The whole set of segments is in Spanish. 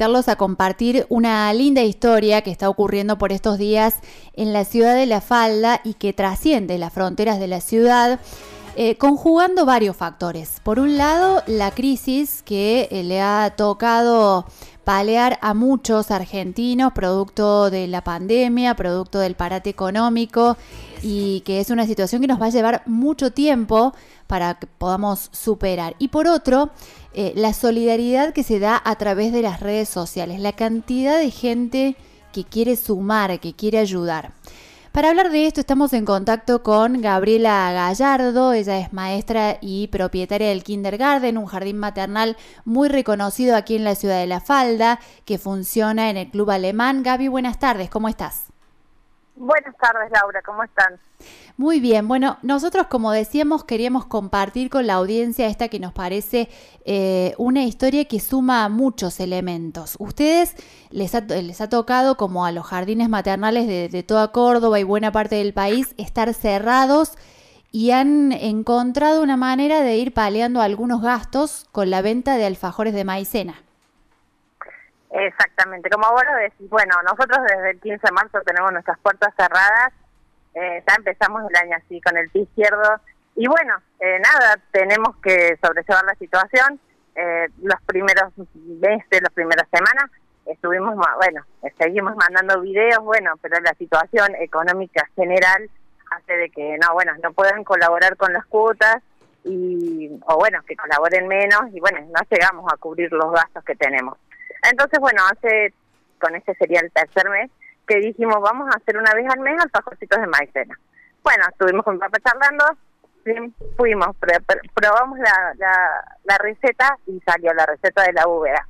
invitarlos a compartir una linda historia que está ocurriendo por estos días en la ciudad de La Falda y que trasciende las fronteras de la ciudad, conjugando varios factores. Por un lado, la crisis que le ha tocado paliar a muchos argentinos producto de la pandemia, producto del parate económico, y que es una situación que nos va a llevar mucho tiempo para que podamos superar. Y por otro, la solidaridad que se da a través de las redes sociales, la cantidad de gente que quiere sumar, que quiere ayudar. Para hablar de esto estamos en contacto con Gabriela Gallardo. Ella es maestra y propietaria del Kindergarten, un jardín maternal muy reconocido aquí en la ciudad de La Falda, que funciona en el Club Alemán. Gaby, buenas tardes, ¿cómo estás? Buenas tardes, Laura, ¿cómo están? Muy bien, bueno, nosotros como decíamos queríamos compartir con la audiencia esta que nos parece una historia que suma muchos elementos. Ustedes les ha tocado, como a los jardines maternales de toda Córdoba y buena parte del país, estar cerrados y han encontrado una manera de ir paliando algunos gastos con la venta de alfajores de maicena. Exactamente, como vos lo decís, bueno, nosotros desde el 15 de marzo tenemos nuestras puertas cerradas, ya empezamos el año así con el pie izquierdo y bueno, nada, tenemos que sobrellevar la situación. Los primeros meses, las primeras semanas estuvimos, bueno, seguimos mandando videos, bueno, pero la situación económica general hace de que no puedan colaborar con las cuotas o bueno, que colaboren menos y bueno, no llegamos a cubrir los gastos que tenemos. Entonces, bueno, con este sería el tercer mes, que dijimos, vamos a hacer una vez al mes alfajorcitos de maicena. Bueno, estuvimos con mi papá charlando, fuimos, probamos la receta y salió la receta de la búveda.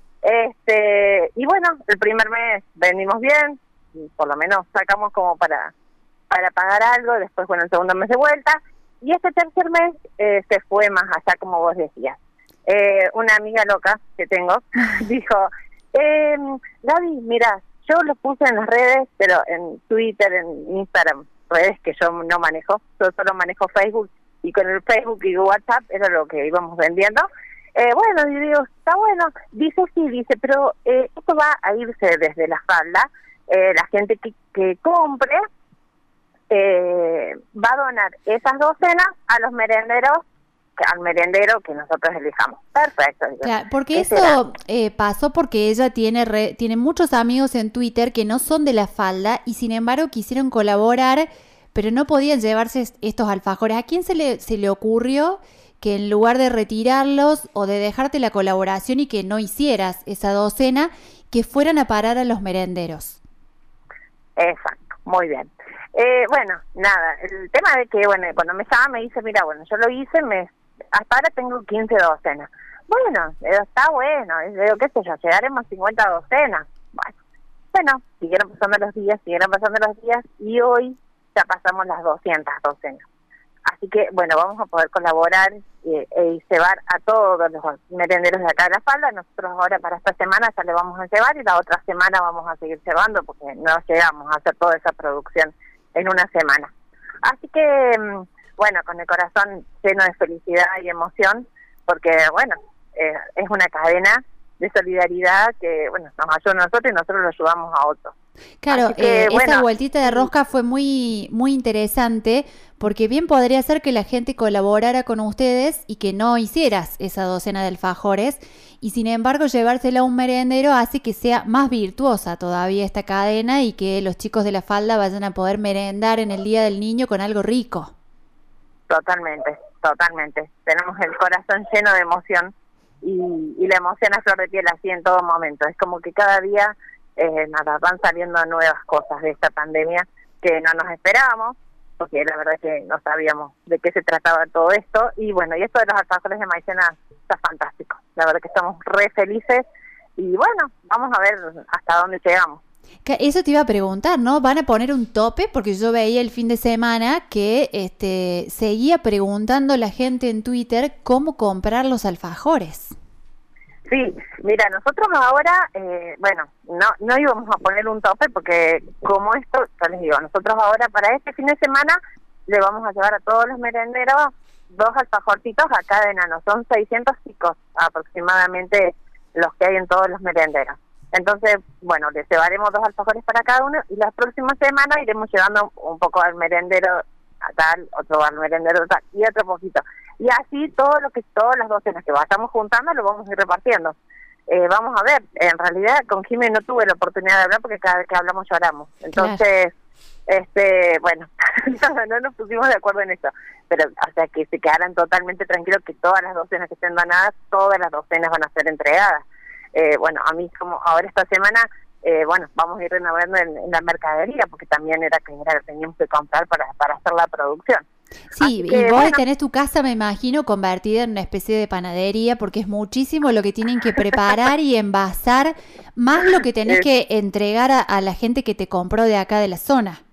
Y bueno, el primer mes vendimos bien, por lo menos sacamos como para pagar algo, después, bueno, el segundo mes de vuelta, y este tercer mes se fue más allá, como vos decías. Una amiga loca que tengo dijo, Gaby, mira, yo lo puse en las redes, pero en Twitter, en Instagram, redes que yo no manejo, yo solo manejo Facebook, y con el Facebook y WhatsApp era lo que íbamos vendiendo. Bueno, y digo, está bueno, dice, pero esto va a irse desde La Falda, la gente que compre va a donar esas docenas a los merenderos, al merendero que nosotros elijamos. Perfecto. Claro, porque eso pasó porque ella tiene muchos amigos en Twitter que no son de La Falda y sin embargo quisieron colaborar, pero no podían llevarse estos alfajores. ¿A quién se le ocurrió que en lugar de retirarlos o de dejarte la colaboración y que no hicieras esa docena, que fueran a parar a los merenderos? Exacto, muy bien. Bueno, nada, el tema de que, bueno, cuando me llama me dice, mira, bueno, yo lo hice, hasta ahora tengo 15 docenas. Bueno, está bueno, digo, qué sé yo, llegaremos a 50 docenas. Bueno, siguieron pasando los días y hoy ya pasamos las 200 docenas. Así que, bueno, vamos a poder colaborar y llevar a todos los merenderos de acá de La Falda. Nosotros ahora para esta semana ya le vamos a llevar y la otra semana vamos a seguir llevando porque no llegamos a hacer toda esa producción en una semana. Así que, bueno, con el corazón lleno de felicidad y emoción, porque, bueno, es una cadena de solidaridad que, bueno, nos ayuda a nosotros y nosotros lo ayudamos a otros. Claro, que, esa vueltita de rosca fue muy interesante, porque bien podría ser que la gente colaborara con ustedes y que no hicieras esa docena de alfajores, y sin embargo llevársela a un merendero hace que sea más virtuosa todavía esta cadena y que los chicos de La Falda vayan a poder merendar en el Día del Niño con algo rico. Totalmente. Tenemos el corazón lleno de emoción y la emoción a flor de piel así en todo momento. Es como que cada día van saliendo nuevas cosas de esta pandemia que no nos esperábamos, porque la verdad es que no sabíamos de qué se trataba todo esto. Y bueno, y esto de los alfajores de maicena está fantástico. La verdad que estamos re felices y bueno, vamos a ver hasta dónde llegamos. Eso te iba a preguntar, ¿no? ¿Van a poner un tope? Porque yo veía el fin de semana que seguía preguntando la gente en Twitter cómo comprar los alfajores. Sí, mira, nosotros ahora, bueno, no íbamos a poner un tope porque como esto, ya les digo, nosotros ahora para este fin de semana le vamos a llevar a todos los merenderos 2 alfajorcitos a cada enano, son 600 chicos aproximadamente los que hay en todos los merenderos. Entonces, bueno, les llevaremos 2 alfajores para cada uno y las próximas semanas iremos llevando un poco al merendero a tal, otro al merendero tal y otro poquito. Y así todas las docenas que vayamos juntando lo vamos a ir repartiendo. Vamos a ver, en realidad con Jimmy no tuve la oportunidad de hablar porque cada vez que hablamos lloramos. Entonces, bueno, no nos pusimos de acuerdo en eso. Pero, o sea, que se quedaran totalmente tranquilos que todas las docenas que estén donadas, todas las docenas van a ser entregadas. Bueno, a mí como ahora esta semana, bueno, vamos a ir renovando en la mercadería porque también era que teníamos que comprar para hacer la producción. Sí, que, y vos tenés tu casa, me imagino, convertida en una especie de panadería porque es muchísimo lo que tienen que preparar y envasar, más lo que tenés que entregar a la gente que te compró de acá de la zona.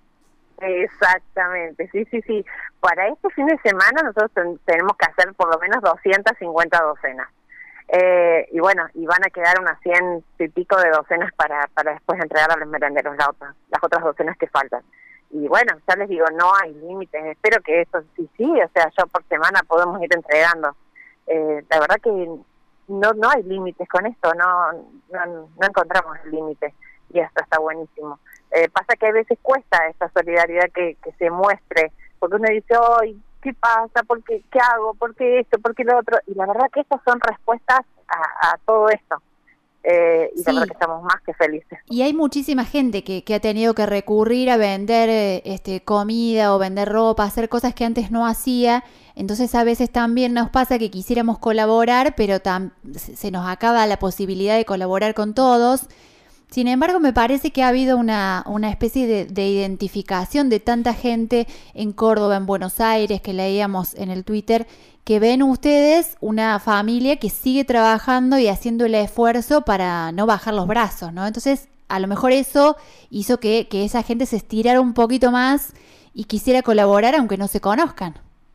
Exactamente, sí. Para este fin de semana nosotros tenemos que hacer por lo menos 250 docenas. Y bueno, y van a quedar unas 100 y pico de docenas para después entregar a los merenderos las otras docenas que faltan. Y bueno, ya les digo, no hay límites, espero que eso sí, o sea, yo por semana podemos ir entregando. La verdad que no hay límites con esto, no encontramos límites y esto está buenísimo. Pasa que a veces cuesta esta solidaridad que se muestre, porque uno dice, ¡ay, qué pasa! ¿Por qué? ¿Qué hago? ¿Por qué esto? ¿Por qué lo otro? Y la verdad que estas son respuestas a todo esto. Y sí, la verdad que estamos más que felices. Y hay muchísima gente que ha tenido que recurrir a vender comida o vender ropa, hacer cosas que antes no hacía. Entonces a veces también nos pasa que quisiéramos colaborar, pero se nos acaba la posibilidad de colaborar con todos. Sin embargo, me parece que ha habido una especie de identificación de tanta gente en Córdoba, en Buenos Aires, que leíamos en el Twitter, que ven ustedes una familia que sigue trabajando y haciendo el esfuerzo para no bajar los brazos, ¿no? Entonces, a lo mejor eso hizo que esa gente se estirara un poquito más y quisiera colaborar aunque no se conozcan.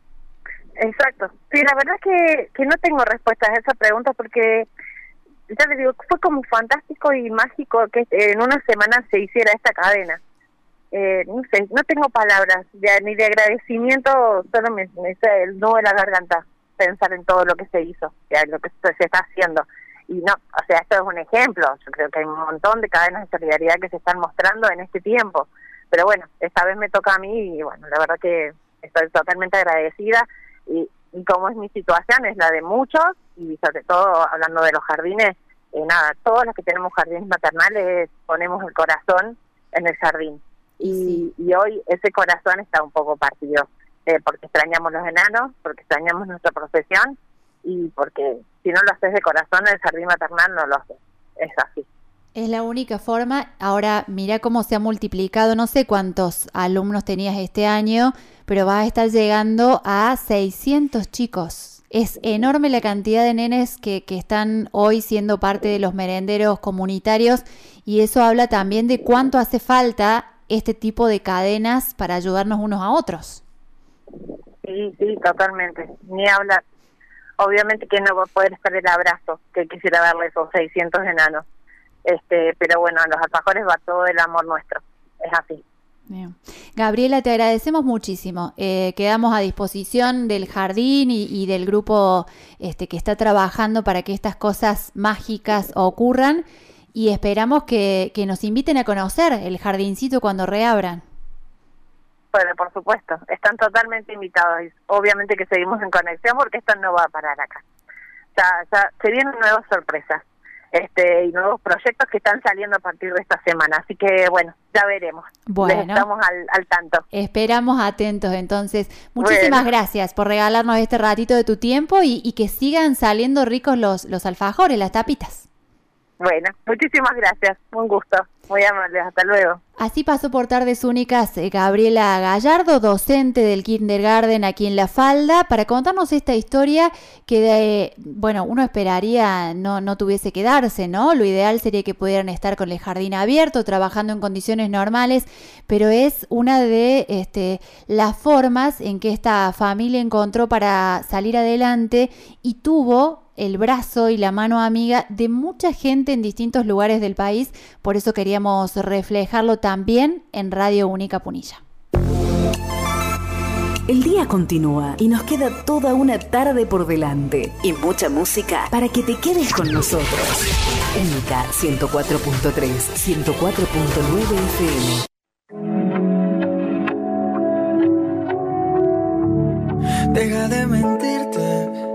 Exacto. Sí, la verdad es que no tengo respuestas a esa pregunta porque, ya les digo, fue como fantástico y mágico que en una semana se hiciera esta cadena. No sé, no tengo palabras ni de agradecimiento, solo me hace el nudo de la garganta pensar en todo lo que se hizo, lo que se está haciendo. Y no, o sea, esto es un ejemplo. Yo creo que hay un montón de cadenas de solidaridad que se están mostrando en este tiempo. Pero bueno, esta vez me toca a mí y bueno, la verdad que estoy totalmente agradecida. Y como es mi situación, es la de muchos, y sobre todo hablando de los jardines, todos los que tenemos jardines maternales ponemos el corazón en el jardín. Y hoy ese corazón está un poco partido, porque extrañamos los enanos, porque extrañamos nuestra profesión y porque si no lo haces de corazón el jardín maternal no lo haces. Es así. Es la única forma. Ahora mira cómo se ha multiplicado, no sé cuántos alumnos tenías este año, pero vas a estar llegando a 600 chicos. Es enorme la cantidad de nenes que están hoy siendo parte de los merenderos comunitarios y eso habla también de cuánto hace falta este tipo de cadenas para ayudarnos unos a otros. Sí, totalmente. Ni hablar. Obviamente que no va a poder estar el abrazo que quisiera darle a esos 600 enanos. Pero bueno, a los alfajores va todo el amor nuestro. Es así. Bien. Gabriela, te agradecemos muchísimo. Quedamos a disposición del jardín y del grupo que está trabajando para que estas cosas mágicas ocurran y esperamos que nos inviten a conocer el jardincito cuando reabran. Bueno, por supuesto, están totalmente invitados y obviamente que seguimos en conexión porque esto no va a parar acá. Ya se vienen nuevas sorpresas. Y nuevos proyectos que están saliendo a partir de esta semana. Así que, bueno, ya veremos. Bueno, estamos al tanto. Esperamos atentos, entonces. Muchísimas gracias por regalarnos este ratito de tu tiempo y que sigan saliendo ricos los alfajores, las tapitas. Bueno, muchísimas gracias. Un gusto. Muy amable. Hasta luego. Así pasó por Tardes Únicas Gabriela Gallardo, docente del kindergarten aquí en La Falda, para contarnos esta historia que, uno esperaría no tuviese que darse, ¿no? Lo ideal sería que pudieran estar con el jardín abierto, trabajando en condiciones normales, pero es una de las formas en que esta familia encontró para salir adelante y tuvo el brazo y la mano amiga de mucha gente en distintos lugares del país, por eso queríamos reflejarlo también en Radio Única Punilla. El día continúa y nos queda toda una tarde por delante y mucha música para que te quedes con nosotros. Única 104.3, 104.9 FM. Deja de mentirte.